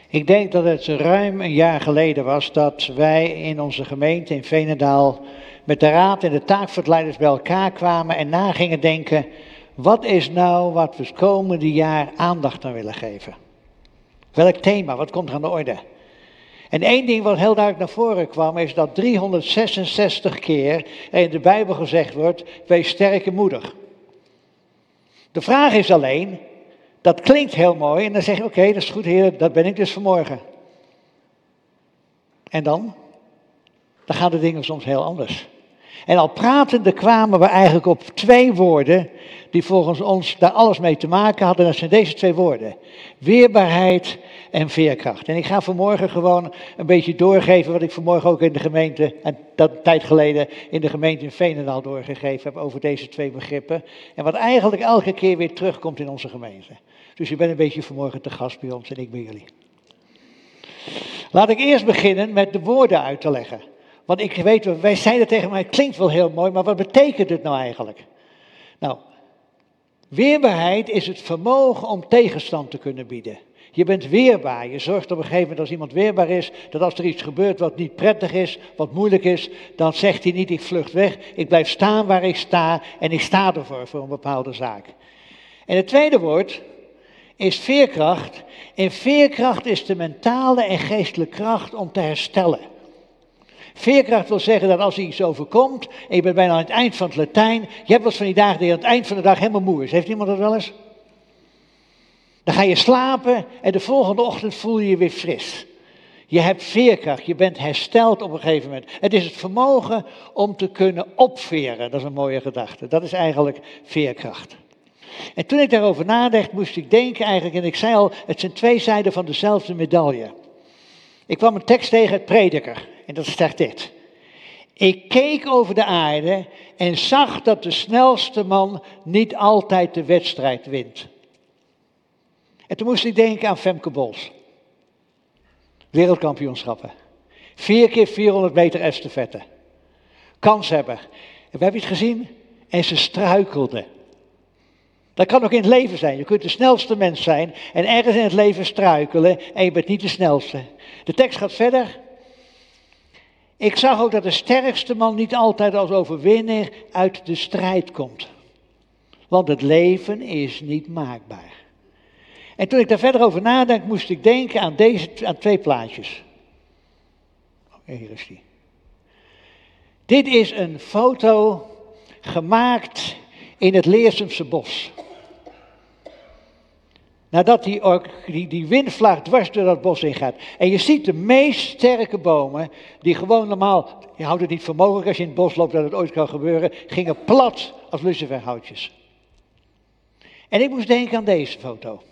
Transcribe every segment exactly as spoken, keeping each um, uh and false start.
Ik denk dat het ruim een jaar geleden was dat wij in onze gemeente in Veenendaal met de raad en de taakverleiders bij elkaar kwamen en na gingen denken, wat is nou wat we het komende jaar aandacht aan willen geven? Welk thema, wat komt er aan de orde? En één ding wat heel duidelijk naar voren kwam is dat driehonderdzesenzestig keer er in de Bijbel gezegd wordt, wees sterk en moedig. De vraag is alleen, dat klinkt heel mooi en dan zeg je, oké, okay, dat is goed Heer, dat ben ik dus vanmorgen. En dan? Dan gaan de dingen soms heel anders. En al pratende kwamen we eigenlijk op twee woorden die volgens ons daar alles mee te maken hadden. Dat zijn deze twee woorden. Weerbaarheid en veerkracht. En ik ga vanmorgen gewoon een beetje doorgeven wat ik vanmorgen ook in de gemeente, en dat een tijd geleden in de gemeente in Veenendaal doorgegeven heb over deze twee begrippen. En wat eigenlijk elke keer weer terugkomt in onze gemeente. Dus je bent een beetje vanmorgen te gast bij ons en ik bij jullie. Laat ik eerst beginnen met de woorden uit te leggen. Want ik weet, wij zeiden tegen mij, het klinkt wel heel mooi, maar wat betekent het nou eigenlijk? Nou, weerbaarheid is het vermogen om tegenstand te kunnen bieden. Je bent weerbaar. Je zorgt op een gegeven moment als iemand weerbaar is, dat als er iets gebeurt wat niet prettig is, wat moeilijk is, dan zegt hij niet, ik vlucht weg. Ik blijf staan waar ik sta en ik sta ervoor, voor een bepaalde zaak. En het tweede woord is veerkracht. En veerkracht is de mentale en geestelijke kracht om te herstellen. Veerkracht wil zeggen dat als er iets overkomt en je bent bijna aan het eind van het Latijn, je hebt wat van die dagen die aan het eind van de dag helemaal moe is. Heeft iemand dat wel eens? Dan ga je slapen en de volgende ochtend voel je je weer fris. Je hebt veerkracht, je bent hersteld op een gegeven moment. Het is het vermogen om te kunnen opveren, dat is een mooie gedachte. Dat is eigenlijk veerkracht. En toen ik daarover nadacht, moest ik denken eigenlijk, en ik zei al, het zijn twee zijden van dezelfde medaille. Ik kwam een tekst tegen uit Prediker, en dat staat dit. Ik keek over de aarde en zag dat de snelste man niet altijd de wedstrijd wint. En toen moest ik denken aan Femke Bols. Wereldkampioenschappen. Vier keer vierhonderd meter estafette. Kans hebben. En we hebben iets gezien en ze struikelde. Dat kan ook in het leven zijn. Je kunt de snelste mens zijn en ergens in het leven struikelen en je bent niet de snelste. De tekst gaat verder. Ik zag ook dat de sterkste man niet altijd als overwinnaar uit de strijd komt. Want het leven is niet maakbaar. En toen ik daar verder over nadacht, moest ik denken aan, deze, aan twee plaatjes. Oké, hier is die. Dit is een foto gemaakt in het Leersumse bos. Nadat die, die, die windvlaag dwars door dat bos ingaat. En je ziet de meest sterke bomen, die gewoon normaal, je houdt het niet voor mogelijk als je in het bos loopt dat het ooit kan gebeuren, gingen plat als luciferhoutjes. En ik moest denken aan deze foto.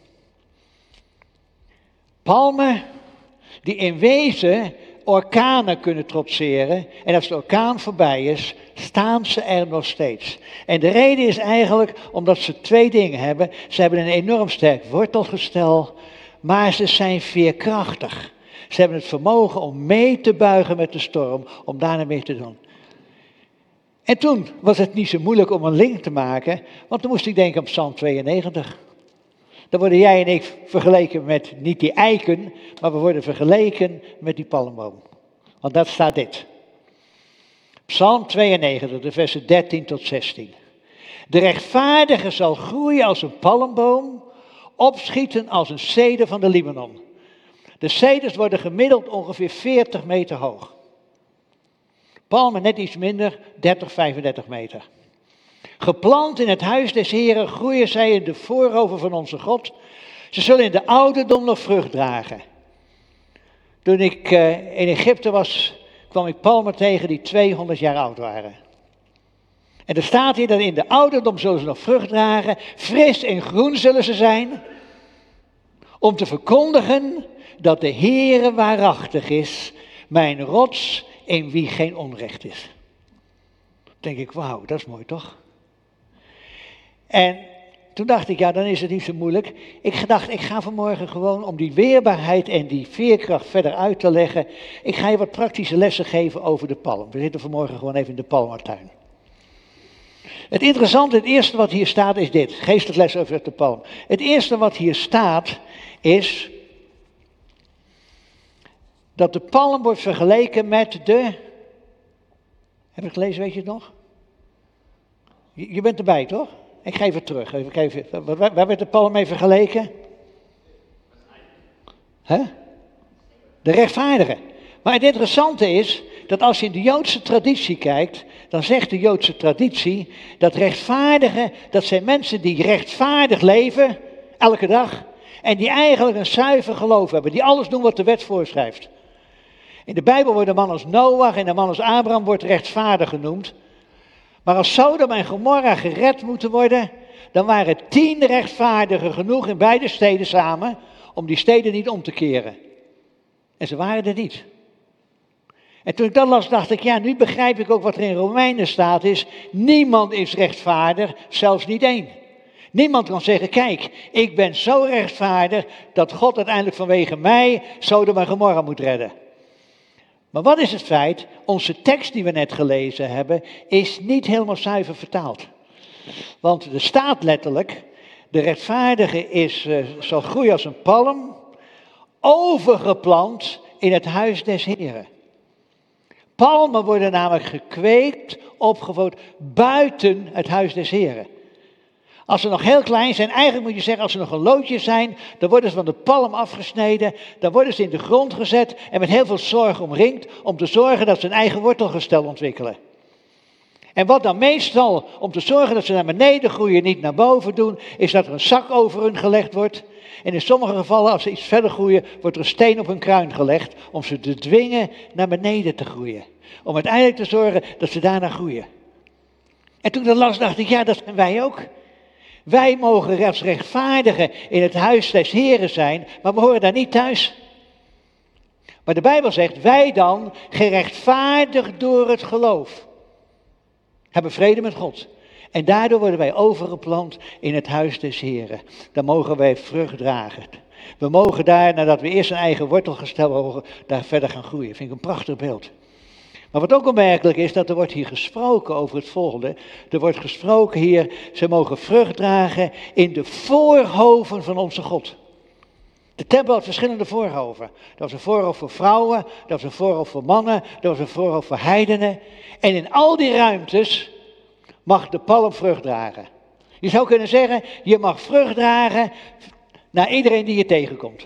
Palmen die in wezen orkanen kunnen trotseren. En als de orkaan voorbij is, staan ze er nog steeds. En de reden is eigenlijk omdat ze twee dingen hebben. Ze hebben een enorm sterk wortelgestel, maar ze zijn veerkrachtig. Ze hebben het vermogen om mee te buigen met de storm, om daarna mee te doen. En toen was het niet zo moeilijk om een link te maken, want toen moest ik denken aan Psalm tweeënnegentig. Dan worden jij en ik vergeleken met niet die eiken, maar we worden vergeleken met die palmboom. Want dat staat dit. Psalm tweeënnegentig, de versen dertien tot zestien. De rechtvaardige zal groeien als een palmboom, opschieten als een ceder van de Libanon. De ceders worden gemiddeld ongeveer veertig meter hoog. Palmen net iets minder, dertig, vijfendertig meter. Geplant in het huis des Heren groeien zij in de voorhoven van onze God. Ze zullen in de ouderdom nog vrucht dragen. Toen ik uh, in Egypte was, kwam ik palmen tegen die tweehonderd jaar oud waren. En er staat hier dat in de ouderdom zullen ze nog vrucht dragen. Fris en groen zullen ze zijn. Om te verkondigen dat de Heere waarachtig is. Mijn rots in wie geen onrecht is. Dan denk ik, wauw, dat is mooi toch? En toen dacht ik, ja, dan is het niet zo moeilijk. Ik dacht, ik ga vanmorgen gewoon om die weerbaarheid en die veerkracht verder uit te leggen. Ik ga je wat praktische lessen geven over de palm. We zitten vanmorgen gewoon even in de palmtuin. Het interessante, het eerste wat hier staat is dit. Geestelijk les over de palm. Het eerste wat hier staat is dat de palm wordt vergeleken met de... Heb ik gelezen, weet je het nog? Je, je bent erbij, toch? Ik geef het terug. Even kijken. Waar, waar werd de palm mee vergeleken? Hè? De rechtvaardige. Maar het interessante is dat als je in de Joodse traditie kijkt, dan zegt de Joodse traditie dat rechtvaardigen, dat zijn mensen die rechtvaardig leven, elke dag, en die eigenlijk een zuiver geloof hebben, die alles doen wat de wet voorschrijft. In de Bijbel wordt een man als Noach en een man als Abraham wordt rechtvaardig genoemd. Maar als Sodom en Gomorra gered moeten worden, dan waren tien rechtvaardigen genoeg in beide steden samen om die steden niet om te keren. En ze waren er niet. En toen ik dat las, dacht ik, ja, nu begrijp ik ook wat er in Romeinen staat is, niemand is rechtvaardig, zelfs niet één. Niemand kan zeggen, kijk, ik ben zo rechtvaardig dat God uiteindelijk vanwege mij Sodom en Gomorra moet redden. Maar wat is het feit? Onze tekst die we net gelezen hebben, is niet helemaal zuiver vertaald. Want er staat letterlijk, de rechtvaardige is, uh, zal groeien als een palm, overgeplant in het huis des Heren. Palmen worden namelijk gekweekt, opgevoed buiten het huis des Heren. Als ze nog heel klein zijn, eigenlijk moet je zeggen, als ze nog een loodje zijn, dan worden ze van de palm afgesneden, dan worden ze in de grond gezet en met heel veel zorg omringd, om te zorgen dat ze een eigen wortelgestel ontwikkelen. En wat dan meestal, om te zorgen dat ze naar beneden groeien, niet naar boven doen, is dat er een zak over hun gelegd wordt. En in sommige gevallen, als ze iets verder groeien, wordt er een steen op hun kruin gelegd, om ze te dwingen naar beneden te groeien. Om uiteindelijk te zorgen dat ze daarna groeien. En toen ik dat las, dacht ik, ja, dat zijn wij ook. Wij mogen als rechtvaardigen in het huis des Heren zijn, maar we horen daar niet thuis. Maar de Bijbel zegt, wij dan, gerechtvaardigd door het geloof, hebben vrede met God. En daardoor worden wij overgeplant in het huis des Heren. Dan mogen wij vrucht dragen. We mogen daar, nadat we eerst een eigen wortelgestel mogen, daar verder gaan groeien. Vind ik een prachtig beeld. Maar wat ook opmerkelijk is, dat er wordt hier gesproken over het volgende. Er wordt gesproken hier, ze mogen vrucht dragen in de voorhoven van onze God. De tempel had verschillende voorhoven. Dat was een voorhoofd voor vrouwen, dat was een voorhoofd voor mannen, dat was een voorhoofd voor heidenen. En in al die ruimtes mag de palm vrucht dragen. Je zou kunnen zeggen, je mag vrucht dragen naar iedereen die je tegenkomt.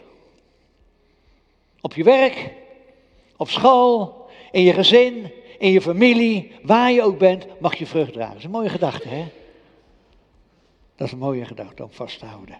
Op je werk, op school, in je gezin, in je familie, waar je ook bent, mag je vrucht dragen. Dat is een mooie gedachte, hè? Dat is een mooie gedachte om vast te houden.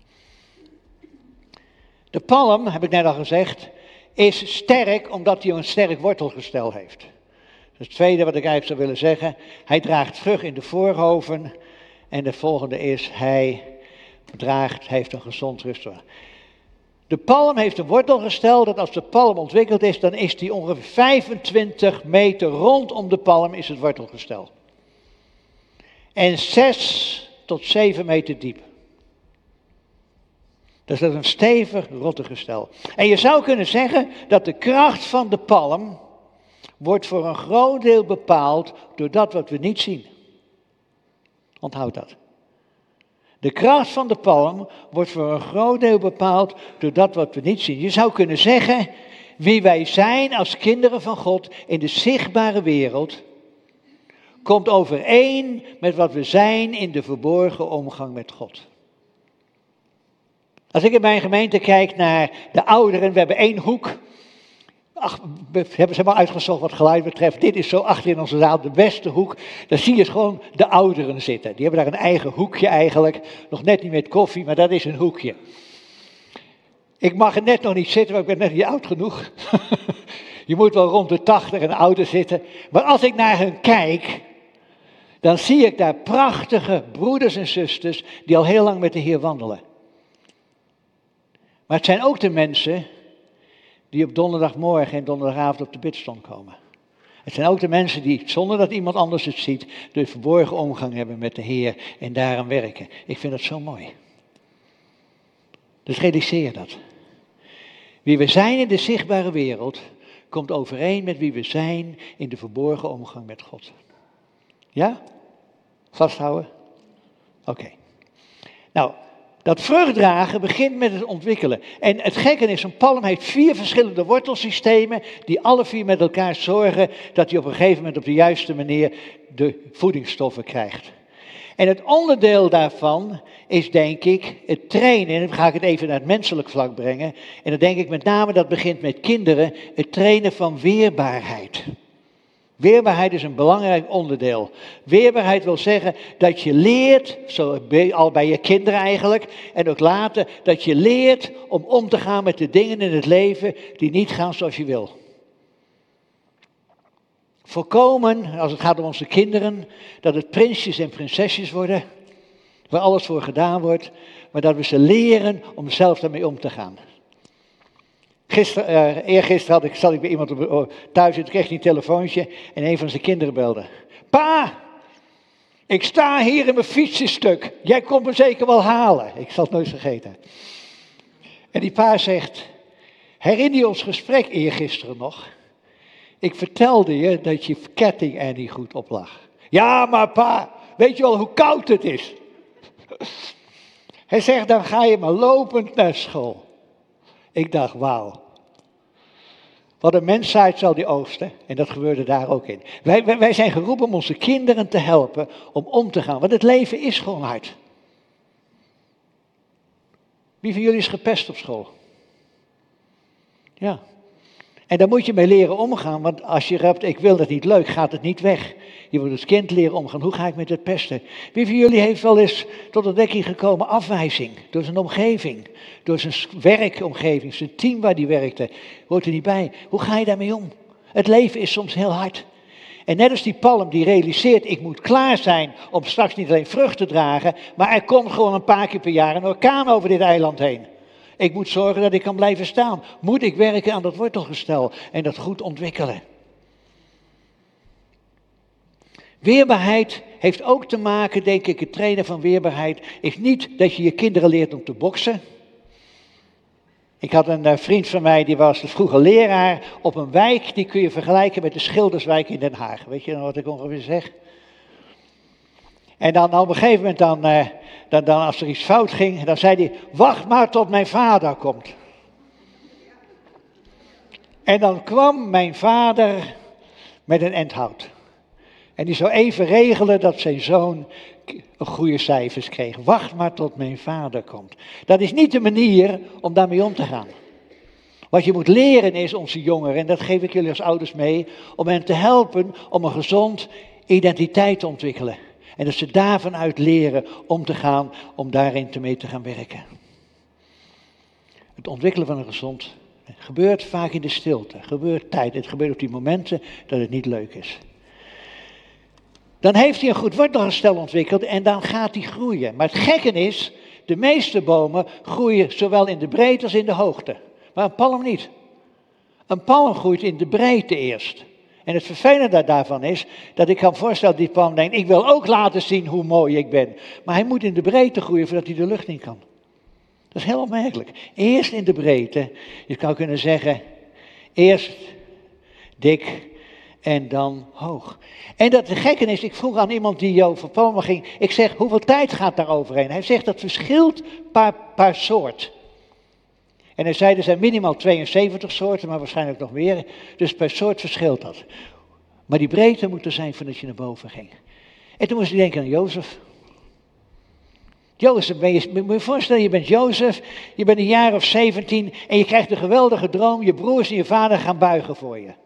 De palm, heb ik net al gezegd, is sterk omdat hij een sterk wortelgestel heeft. Dat is het tweede wat ik eigenlijk zou willen zeggen. Hij draagt vrucht in de voorhoven. En de volgende is, hij draagt, heeft een gezond rustwaar. De palm heeft een wortelgestel dat als de palm ontwikkeld is, dan is die ongeveer vijfentwintig meter rondom de palm is het wortelgestel. En zes tot zeven meter diep. Dus dat is een stevig wortelgestel. En je zou kunnen zeggen dat de kracht van de palm wordt voor een groot deel bepaald door dat wat we niet zien. Onthoud dat. De kracht van de palm wordt voor een groot deel bepaald door dat wat we niet zien. Je zou kunnen zeggen, wie wij zijn als kinderen van God in de zichtbare wereld, komt overeen met wat we zijn in de verborgen omgang met God. Als ik in mijn gemeente kijk naar de ouderen, we hebben één hoek. Ach, we hebben ze maar uitgezocht wat geluid betreft. Dit is zo achter in onze zaal de beste hoek. Daar zie je gewoon de ouderen zitten. Die hebben daar een eigen hoekje eigenlijk. Nog net niet met koffie, maar dat is een hoekje. Ik mag er net nog niet zitten, want ik ben net niet oud genoeg. Je moet wel rond de tachtig en ouder zitten. Maar als ik naar hen kijk, dan zie ik daar prachtige broeders en zusters die al heel lang met de Heer wandelen. Maar het zijn ook de mensen die op donderdagmorgen en donderdagavond op de bidstond komen. Het zijn ook de mensen die, zonder dat iemand anders het ziet, de verborgen omgang hebben met de Heer en daaraan werken. Ik vind dat zo mooi. Dus realiseer dat. Wie we zijn in de zichtbare wereld, komt overeen met wie we zijn in de verborgen omgang met God. Ja? Vasthouden? Oké. Okay. Nou, Dat vruchtdragen begint met het ontwikkelen. En het gekke is, een palm heeft vier verschillende wortelsystemen die alle vier met elkaar zorgen dat hij op een gegeven moment op de juiste manier de voedingsstoffen krijgt. En het onderdeel daarvan is denk ik het trainen. En dan ga ik het even naar het menselijk vlak brengen. En dan denk ik met name dat begint met kinderen, het trainen van weerbaarheid. Weerbaarheid is een belangrijk onderdeel. Weerbaarheid wil zeggen dat je leert, zo al bij je kinderen eigenlijk, en ook later, dat je leert om om te gaan met de dingen in het leven die niet gaan zoals je wil. Voorkomen, als het gaat om onze kinderen, dat het prinsjes en prinsesjes worden, waar alles voor gedaan wordt, maar dat we ze leren om zelf daarmee om te gaan. Gisteren, uh, eergisteren had ik, zat ik bij iemand op, oh, thuis en toen kreeg hij een telefoontje en een van zijn kinderen belde. Pa, ik sta hier en mijn fiets is stuk. Jij komt me zeker wel halen. Ik zal het nooit vergeten. En die pa zegt, herinner je ons gesprek eergisteren nog? Ik vertelde je dat je ketting er niet goed op lag. Ja, maar pa, weet je wel hoe koud het is? Hij zegt, dan ga je maar lopend naar school. Ik dacht, wauw. Wat een mensheid zal die oogsten. En dat gebeurde daar ook in. Wij, wij, wij zijn geroepen om onze kinderen te helpen om om te gaan. Want het leven is gewoon hard. Wie van jullie is gepest op school? Ja. En daar moet je mee leren omgaan. Want als je hebt, ik wil dat niet leuk, gaat het niet weg. Je moet als kind leren omgaan. Hoe ga ik met het pesten? Wie van jullie heeft wel eens tot ontdekking gekomen afwijzing? Door zijn omgeving. Door zijn werkomgeving. Zijn team waar die werkte. Hoort er niet bij. Hoe ga je daarmee om? Het leven is soms heel hard. En net als die palm die realiseert, ik moet klaar zijn om straks niet alleen vrucht te dragen. Maar er komt gewoon een paar keer per jaar een orkaan over dit eiland heen. Ik moet zorgen dat ik kan blijven staan. Moet ik werken aan dat wortelgestel en dat goed ontwikkelen. Weerbaarheid heeft ook te maken, denk ik, het trainen van weerbaarheid is niet dat je je kinderen leert om te boksen. Ik had een uh, vriend van mij, die was vroeger leraar op een wijk, die kun je vergelijken met de Schilderswijk in Den Haag. Weet je nou wat ik ongeveer zeg? En dan op een gegeven moment, dan, uh, dan, dan als er iets fout ging, dan zei hij, wacht maar tot mijn vader komt. En dan kwam mijn vader met een end hout. En die zou even regelen dat zijn zoon een goede cijfers kreeg. Wacht maar tot mijn vader komt. Dat is niet de manier om daarmee om te gaan. Wat je moet leren is onze jongeren, en dat geef ik jullie als ouders mee, om hen te helpen om een gezond identiteit te ontwikkelen. En dat ze daarvan uit leren om te gaan, om daarin te mee te gaan werken. Het ontwikkelen van een gezond gebeurt vaak in de stilte, gebeurt tijd. Het gebeurt op die momenten dat het niet leuk is. Dan heeft hij een goed wortelgestel ontwikkeld en dan gaat hij groeien. Maar het gekke is, de meeste bomen groeien zowel in de breedte als in de hoogte. Maar een palm niet. Een palm groeit in de breedte eerst. En het vervelende daarvan is, dat ik kan voorstellen dat die palm denkt, ik wil ook laten zien hoe mooi ik ben. Maar hij moet in de breedte groeien voordat hij de lucht in kan. Dat is heel opmerkelijk. Eerst in de breedte, je zou kunnen zeggen, eerst dik en dan hoog. En dat de gekke is, ik vroeg aan iemand die over palmen ging, ik zeg, hoeveel tijd gaat daar overheen? Hij zegt, dat verschilt per, per soort. En hij zei, er zijn minimaal tweeënzeventig soorten, maar waarschijnlijk nog meer. Dus per soort verschilt dat. Maar die breedte moet er zijn voordat je naar boven ging. En toen moest ik denken aan Jozef. Jozef, ben je, moet je je voorstellen, je bent Jozef, je bent een jaar of zeventien en je krijgt een geweldige droom, je broers en je vader gaan buigen voor je.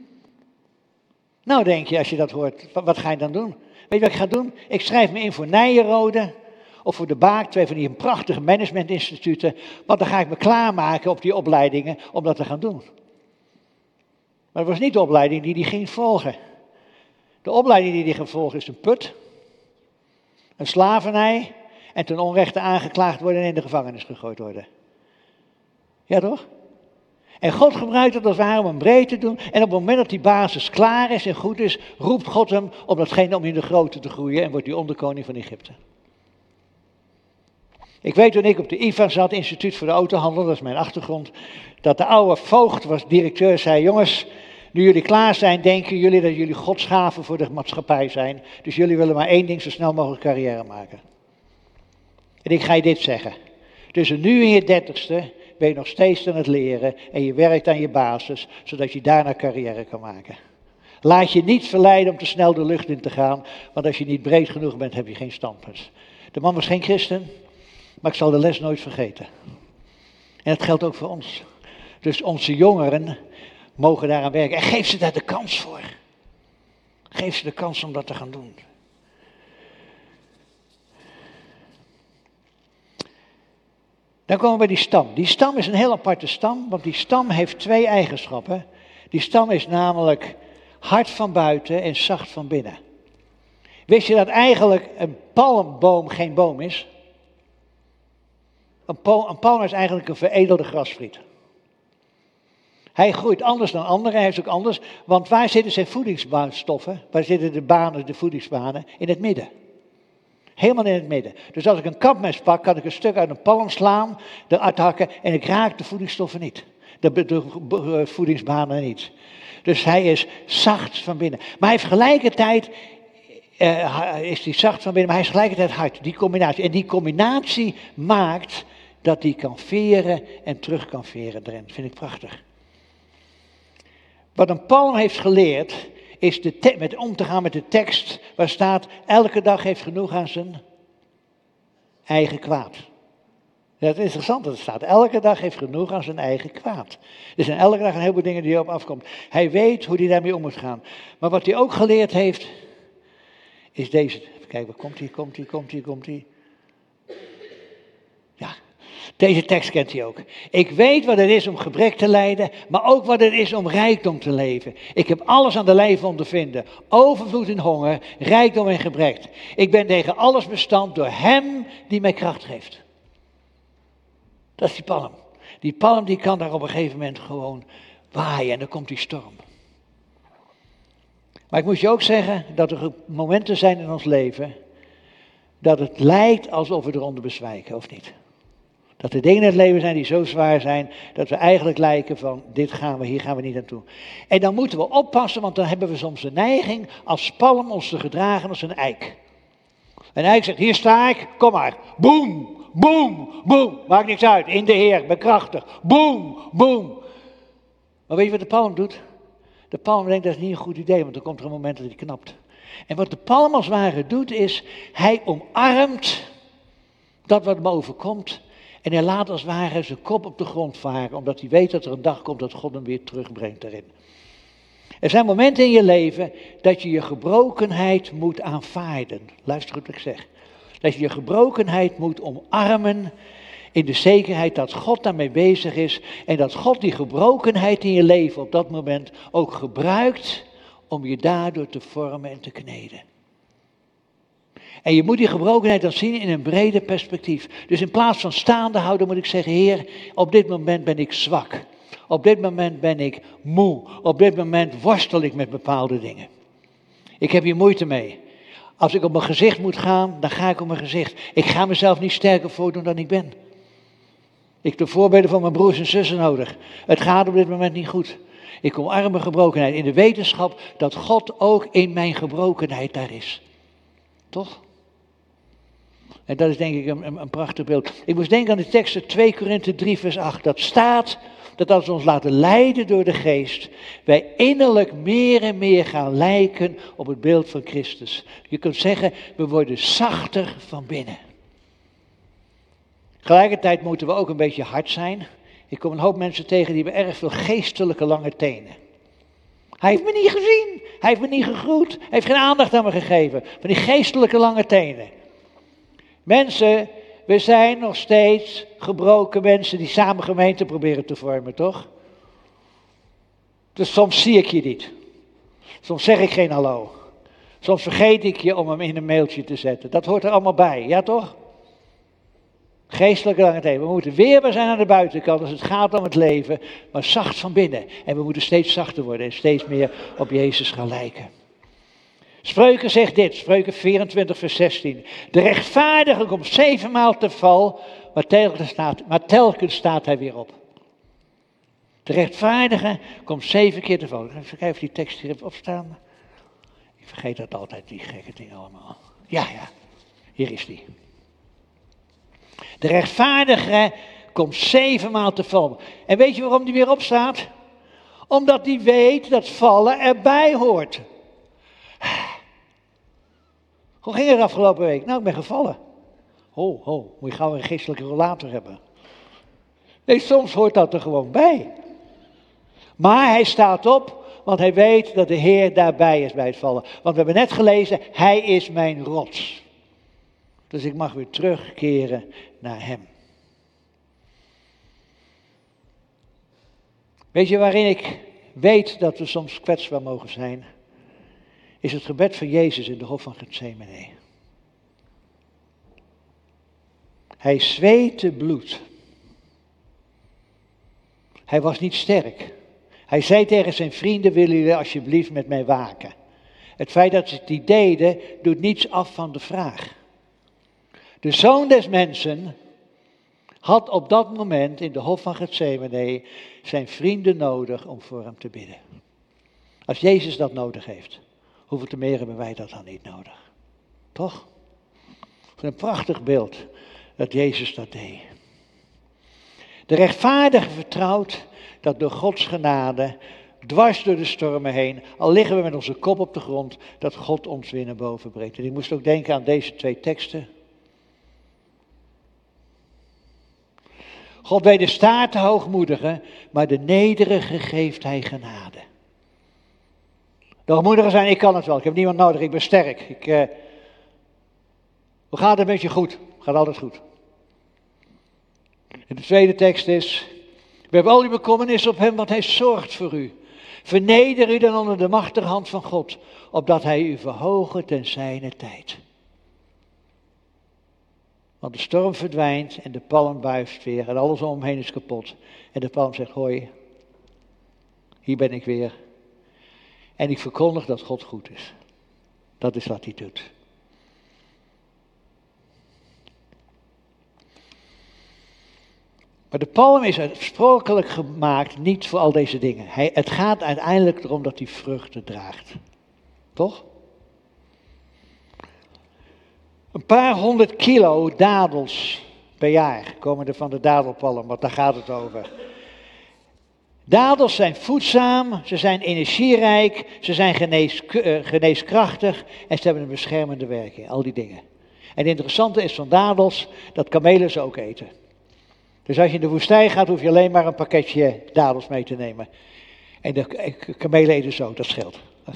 Nou denk je, als je dat hoort, wat ga je dan doen? Weet je wat ik ga doen? Ik schrijf me in voor Nijenrode of voor de Baak, twee van die prachtige managementinstituten, want dan ga ik me klaarmaken op die opleidingen om dat te gaan doen. Maar het was niet de opleiding die hij ging volgen. De opleiding die hij ging volgen is een put, een slavernij en ten onrechte aangeklaagd worden en in de gevangenis gegooid worden. Ja toch? En God gebruikt het als het ware om hem breed te doen. En op het moment dat die basis klaar is en goed is, roept God hem om datgene om in de grootte te groeien en wordt hij onderkoning van Egypte. Ik weet toen ik op de I V A zat, Instituut voor de Autohandel, dat is mijn achtergrond, dat de oude voogd was directeur, zei, jongens, nu jullie klaar zijn, denken jullie dat jullie godsgaven voor de maatschappij zijn. Dus jullie willen maar één ding, zo snel mogelijk carrière maken. En ik ga je dit zeggen. Tussen nu en je dertigste ben je nog steeds aan het leren en je werkt aan je basis, zodat je daarna carrière kan maken. Laat je niet verleiden om te snel de lucht in te gaan, want als je niet breed genoeg bent, heb je geen standpunt. De man was geen christen, maar ik zal de les nooit vergeten. En dat geldt ook voor ons. Dus onze jongeren mogen daaraan werken. En geef ze daar de kans voor. Geef ze de kans om dat te gaan doen. Dan komen we bij die stam. Die stam is een heel aparte stam, want die stam heeft twee eigenschappen. Die stam is namelijk hard van buiten en zacht van binnen. Wist je dat eigenlijk een palmboom geen boom is? Een, pal, een palm is eigenlijk een veredelde grasvriet. Hij groeit anders dan anderen, hij is ook anders. Want waar zitten zijn voedingsstoffen? Waar zitten de banen, de voedingsbanen? In het midden. Helemaal in het midden. Dus als ik een kapmes pak, kan ik een stuk uit een palm slaan, eruit hakken en ik raak de voedingsstoffen niet. De, de, de voedingsbanen niet. Dus hij is zacht van binnen. Maar hij heeft gelijkertijd, uh, is hij zacht van binnen, maar hij is gelijkertijd hard. Die combinatie. En die combinatie maakt dat hij kan veren en terug kan veren erin. Dat vind ik prachtig. Wat een palm heeft geleerd, is de te- met om te gaan met de tekst waar staat, elke dag heeft genoeg aan zijn eigen kwaad. Ja, het is interessant dat het staat, elke dag heeft genoeg aan zijn eigen kwaad. Er zijn elke dag een heleboel dingen die erop afkomt. Hij weet hoe hij daarmee om moet gaan. Maar wat hij ook geleerd heeft, is deze. Even kijken, waar komt hij, komt hij, komt hij, komt hij. Ja. Deze tekst kent hij ook. Ik weet wat het is om gebrek te lijden, maar ook wat het is om rijkdom te leven. Ik heb alles aan de lijf ondervinden. Overvloed en honger, rijkdom en gebrek. Ik ben tegen alles bestand door hem die mij kracht geeft. Dat is die palm. Die palm die kan daar op een gegeven moment gewoon waaien en dan komt die storm. Maar ik moet je ook zeggen dat er momenten zijn in ons leven dat het lijkt alsof we eronder bezwijken, of niet? Dat er dingen in het leven zijn die zo zwaar zijn, dat we eigenlijk lijken van, dit gaan we, hier gaan we niet naartoe. En dan moeten we oppassen, want dan hebben we soms de neiging als palm ons te gedragen als een eik. Een eik zegt, hier sta ik, kom maar. Boem, boem, boem. Maakt niks uit, in de Heer, ben krachtig. Boem, boem. Maar weet je wat de palm doet? De palm denkt, dat is niet een goed idee, want dan komt er een moment dat hij knapt. En wat de palm als het ware doet is, hij omarmt dat wat hem overkomt. En hij laat als het ware zijn kop op de grond varen, omdat hij weet dat er een dag komt dat God hem weer terugbrengt daarin. Er zijn momenten in je leven dat je je gebrokenheid moet aanvaarden. Luister goed wat ik zeg. Dat je je gebrokenheid moet omarmen in de zekerheid dat God daarmee bezig is. En dat God die gebrokenheid in je leven op dat moment ook gebruikt om je daardoor te vormen en te kneden. En je moet die gebrokenheid dan zien in een breder perspectief. Dus in plaats van staande houden moet ik zeggen, Heer, op dit moment ben ik zwak. Op dit moment ben ik moe. Op dit moment worstel ik met bepaalde dingen. Ik heb hier moeite mee. Als ik op mijn gezicht moet gaan, dan ga ik op mijn gezicht. Ik ga mezelf niet sterker voordoen dan ik ben. Ik heb de voorbeelden van mijn broers en zussen nodig. Het gaat op dit moment niet goed. Ik omarm mijn gebrokenheid in de wetenschap dat God ook in mijn gebrokenheid daar is. Toch? En dat is denk ik een, een, een prachtig beeld. Ik moest denken aan de tekst twee Korinthe drie vers acht. Dat staat dat als we ons laten leiden door de geest, wij innerlijk meer en meer gaan lijken op het beeld van Christus. Je kunt zeggen, we worden zachter van binnen. Tegelijkertijd moeten we ook een beetje hard zijn. Ik kom een hoop mensen tegen die hebben erg veel geestelijke lange tenen. Hij heeft me niet gezien, hij heeft me niet gegroet, hij heeft geen aandacht aan me gegeven. Van die geestelijke lange tenen. Mensen, we zijn nog steeds gebroken mensen die samen gemeente proberen te vormen, toch? Dus soms zie ik je niet. Soms zeg ik geen hallo. Soms vergeet ik je om hem in een mailtje te zetten. Dat hoort er allemaal bij, ja toch? Geestelijke lange tenen. We moeten weerbaar zijn aan de buitenkant als het gaat om het leven, maar zacht van binnen. En we moeten steeds zachter worden en steeds meer op Jezus gaan lijken. Spreuken zegt dit, Spreuken vierentwintig vers zestien. De rechtvaardige komt zevenmaal te val, maar telkens staat, maar telkens staat hij weer op. De rechtvaardige komt zeven keer te val. Even kijken of die tekst hier heeft opstaan. Ik vergeet dat altijd, die gekke dingen allemaal. Ja, ja, hier is die. De rechtvaardige komt zevenmaal te vallen. En weet je waarom die weer opstaat? Omdat die weet dat vallen erbij hoort. Hoe ging het afgelopen week? Nou, ik ben gevallen. Ho, ho, moet je gauw een geestelijke rollator hebben. Nee, soms hoort dat er gewoon bij. Maar hij staat op, want hij weet dat de Heer daarbij is bij het vallen. Want we hebben net gelezen, hij is mijn rots. Dus ik mag weer terugkeren naar hem. Weet je waarin ik weet dat we soms kwetsbaar mogen zijn? Is het gebed van Jezus in de hof van Getsemane. Hij zweette bloed. Hij was niet sterk. Hij zei tegen zijn vrienden, willen jullie alsjeblieft met mij waken? Het feit dat ze het niet deden, doet niets af van de vraag. De Zoon des Mensen had op dat moment in de hof van Getsemane zijn vrienden nodig om voor hem te bidden. Als Jezus dat nodig heeft, hoeveel te meer hebben wij dat dan niet nodig? Toch? Het is een prachtig beeld dat Jezus dat deed. De rechtvaardige vertrouwt dat door Gods genade, dwars door de stormen heen, al liggen we met onze kop op de grond, dat God ons weer naar boven brengt. En ik moest ook denken aan deze twee teksten. God wederstaat de hoogmoedigen, maar de nederige geeft hij genade. De hoogmoedigen zijn, ik kan het wel, ik heb niemand nodig, ik ben sterk. Ik, uh, hoe gaat het met je goed? Gaat altijd goed. En de tweede tekst is, we hebben al uw bekommernis op hem, want hij zorgt voor u. Verneder u dan onder de machtige hand van God, opdat hij u verhogen ten zijne tijd. Want de storm verdwijnt en de palm wuift weer en alles omheen is kapot. En de palm zegt, hoi, hier ben ik weer. En ik verkondig dat God goed is. Dat is wat hij doet. Maar de palm is oorspronkelijk gemaakt niet voor al deze dingen. Hij, het gaat uiteindelijk erom dat hij vruchten draagt. Toch? Een paar honderd kilo dadels per jaar komen er van de dadelpalm, want daar gaat het over. Dadels zijn voedzaam, ze zijn energierijk, ze zijn genees, uh, geneeskrachtig en ze hebben een beschermende werking, al die dingen. En het interessante is van dadels dat kamelen ze ook eten. Dus als je in de woestijn gaat, hoef je alleen maar een pakketje dadels mee te nemen. En de kamelen eten zo, dat scheelt.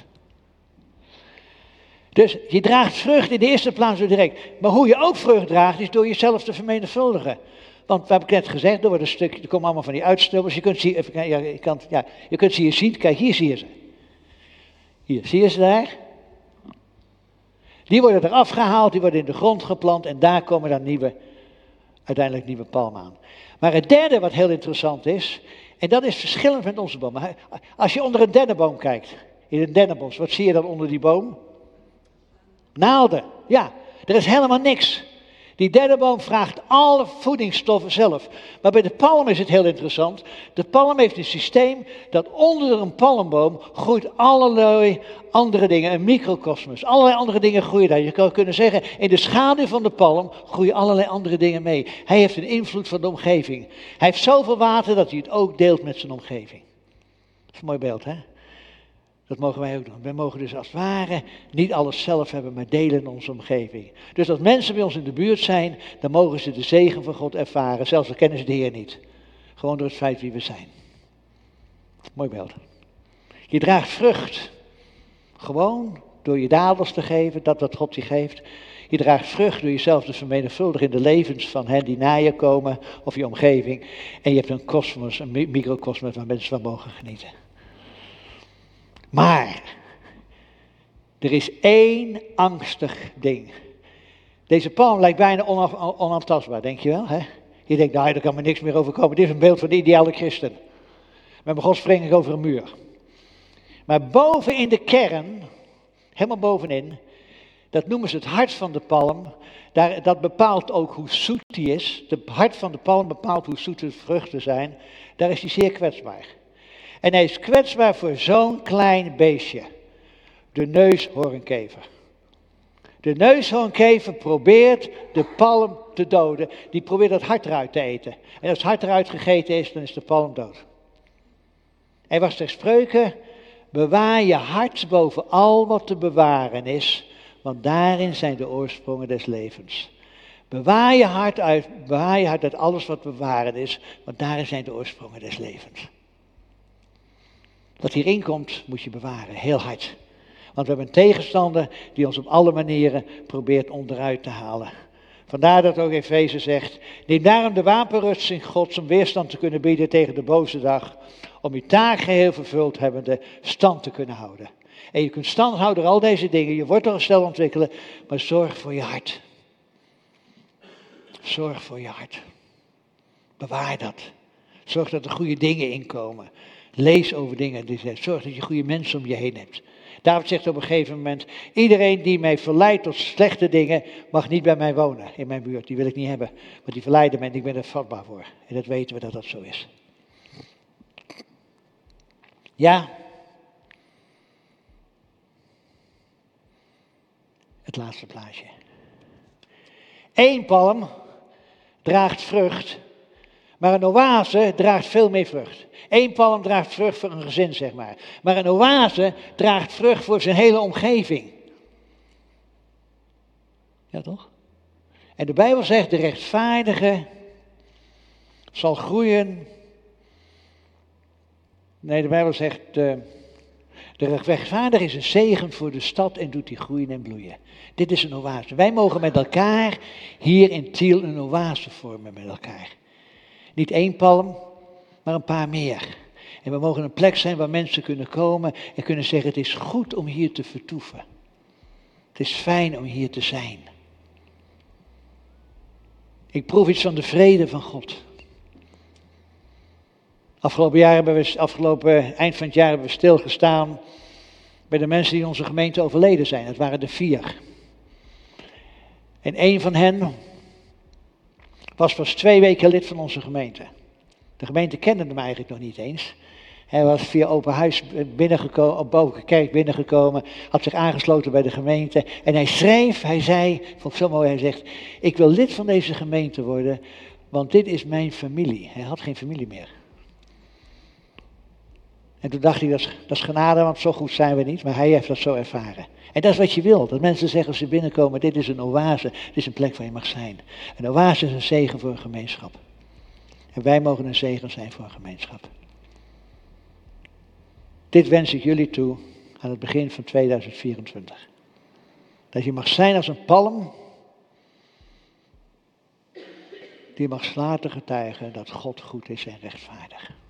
Dus je draagt vrucht in de eerste plaats door direct. Maar hoe je ook vrucht draagt, is door jezelf te vermenigvuldigen. Want we hebben net gezegd, er wordt een stukje, er komen allemaal van die uitstubbels. Je kunt ze, ja, je kan, ja, je kunt ze hier zien. Kijk, hier zie je ze. Hier, zie je ze daar? Die worden eraf gehaald, die worden in de grond geplant en daar komen dan nieuwe, uiteindelijk nieuwe palmen aan. Maar het derde wat heel interessant is, en dat is verschillend met onze boom. Als je onder een dennenboom kijkt, in een dennenbos, wat zie je dan onder die boom? Naalden, ja, er is helemaal niks. Die dennenboom vraagt alle voedingsstoffen zelf. Maar bij de palm is het heel interessant. De palm heeft een systeem dat onder een palmboom groeit allerlei andere dingen. Een microcosmos, allerlei andere dingen groeien daar. Je kan kunnen zeggen, in de schaduw van de palm groeien allerlei andere dingen mee. Hij heeft een invloed van de omgeving. Hij heeft zoveel water dat hij het ook deelt met zijn omgeving. Dat is een mooi beeld, hè? Dat mogen wij ook doen. Wij mogen dus als het ware niet alles zelf hebben, maar delen in onze omgeving. Dus als mensen bij ons in de buurt zijn, dan mogen ze de zegen van God ervaren. Zelfs al kennen ze de Heer niet. Gewoon door het feit wie we zijn. Mooi beeld. Je draagt vrucht. Gewoon door je dadels te geven, dat wat God je geeft. Je draagt vrucht door jezelf te vermenigvuldigen in de levens van hen die na je komen, of je omgeving. En je hebt een kosmos, een microcosmos waar mensen van mogen genieten. Maar, er is één angstig ding. Deze palm lijkt bijna onaf, onaantastbaar, denk je wel? Hè? Je denkt, nou, er kan me niks meer overkomen. Dit is een beeld van de ideale christen. Met mijn God spring ik over een muur. Maar boven in de kern, helemaal bovenin, dat noemen ze het hart van de palm. Daar, dat bepaalt ook hoe zoet die is. Het hart van de palm bepaalt hoe zoet de vruchten zijn. Daar is hij zeer kwetsbaar. En hij is kwetsbaar voor zo'n klein beestje. De neushoornkever. De neushoornkever probeert de palm te doden, die probeert dat hart eruit te eten. En als het hart eruit gegeten is, dan is de palm dood. Hij was ter spreuke, bewaar je hart boven al wat te bewaren is, want daarin zijn de oorsprongen des levens. Bewaar je hart uit, bewaar je hart uit alles wat bewaren is, want daarin zijn de oorsprongen des levens. Wat hierin komt, moet je bewaren, heel hard. Want we hebben een tegenstander die ons op alle manieren probeert onderuit te halen. Vandaar dat ook Efeze zegt, neem daarom de wapenrusting Gods om weerstand te kunnen bieden tegen de boze dag, om je taak geheel vervuld hebbende stand te kunnen houden. En je kunt stand houden door al deze dingen, je wordt er snel ontwikkelen, maar zorg voor je hart. Zorg voor je hart. Bewaar dat. Zorg dat er goede dingen inkomen. Lees over dingen die zegt. Zorg dat je goede mensen om je heen hebt. David zegt op een gegeven moment, iedereen die mij verleidt tot slechte dingen, mag niet bij mij wonen in mijn buurt. Die wil ik niet hebben. Want die verleiden mij en ik ben er vatbaar voor. En dat weten we dat dat zo is. Ja. Het laatste plaatje. Eén palm draagt vrucht, maar een oase draagt veel meer vrucht. Eén palm draagt vrucht voor een gezin, zeg maar. Maar een oase draagt vrucht voor zijn hele omgeving. Ja, toch? En de Bijbel zegt, de rechtvaardige zal groeien. Nee, de Bijbel zegt, de, de rechtvaardige is een zegen voor de stad en doet die groeien en bloeien. Dit is een oase. Wij mogen met elkaar hier in Tiel een oase vormen met elkaar. Niet één palm, maar een paar meer. En we mogen een plek zijn waar mensen kunnen komen en kunnen zeggen, het is goed om hier te vertoeven. Het is fijn om hier te zijn. Ik proef iets van de vrede van God. Afgelopen jaar hebben we, afgelopen eind van het jaar hebben we stilgestaan bij de mensen die in onze gemeente overleden zijn. Het waren er vier. En één van hen was pas twee weken lid van onze gemeente. De gemeente kende hem eigenlijk nog niet eens. Hij was via open huis binnengekomen, op Bovenkerk binnengekomen, had zich aangesloten bij de gemeente. En hij schreef, hij zei, vond ik zo mooi, hij zegt, ik wil lid van deze gemeente worden, want dit is mijn familie. Hij had geen familie meer. En toen dacht hij, dat is, dat is genade, want zo goed zijn we niet, maar hij heeft dat zo ervaren. En dat is wat je wil, dat mensen zeggen als ze binnenkomen, dit is een oase, dit is een plek waar je mag zijn. Een oase is een zegen voor een gemeenschap. En wij mogen een zegen zijn voor een gemeenschap. Dit wens ik jullie toe aan het begin van tweeduizend vierentwintig. Dat je mag zijn als een palm, die mag laten getuigen dat God goed is en rechtvaardig.